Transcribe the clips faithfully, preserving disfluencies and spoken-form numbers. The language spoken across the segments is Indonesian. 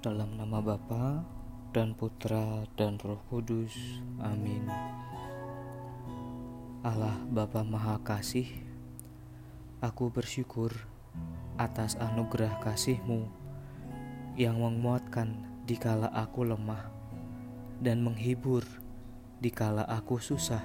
Dalam nama Bapa dan Putra dan Roh Kudus. Amin. Allah Bapa Maha Kasih, aku bersyukur atas anugerah kasih-Mu yang menguatkan dikala aku lemah dan menghibur dikala aku susah.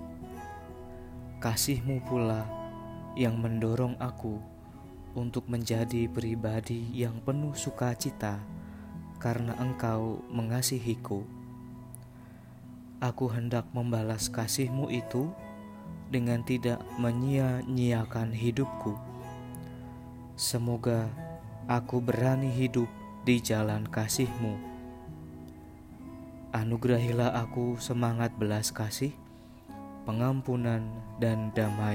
Kasih-Mu pula yang mendorong aku untuk menjadi pribadi yang penuh sukacita karena Engkau mengasihiku. Aku hendak membalas kasih-Mu itu dengan tidak menyia-nyiakan hidupku. Semoga aku berani hidup di jalan kasih-Mu. Anugerahilah aku semangat belas kasih, pengampunan, dan damai.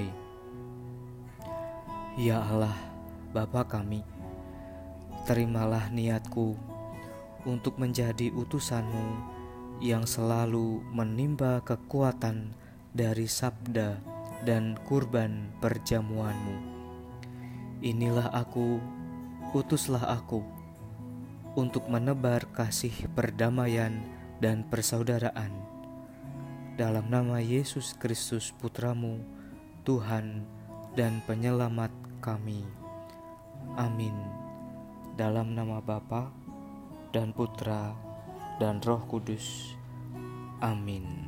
Ya Allah, Bapa kami, terimalah niatku untuk menjadi utusan-Mu yang selalu menimba kekuatan dari sabda dan kurban perjamuan-Mu. Inilah aku, utuslah aku, untuk menebar kasih perdamaian dan persaudaraan. Dalam nama Yesus Kristus Putra-Mu, Tuhan dan Penyelamat kami. Amin. Dalam nama Bapa dan Putra dan Roh Kudus. Amin.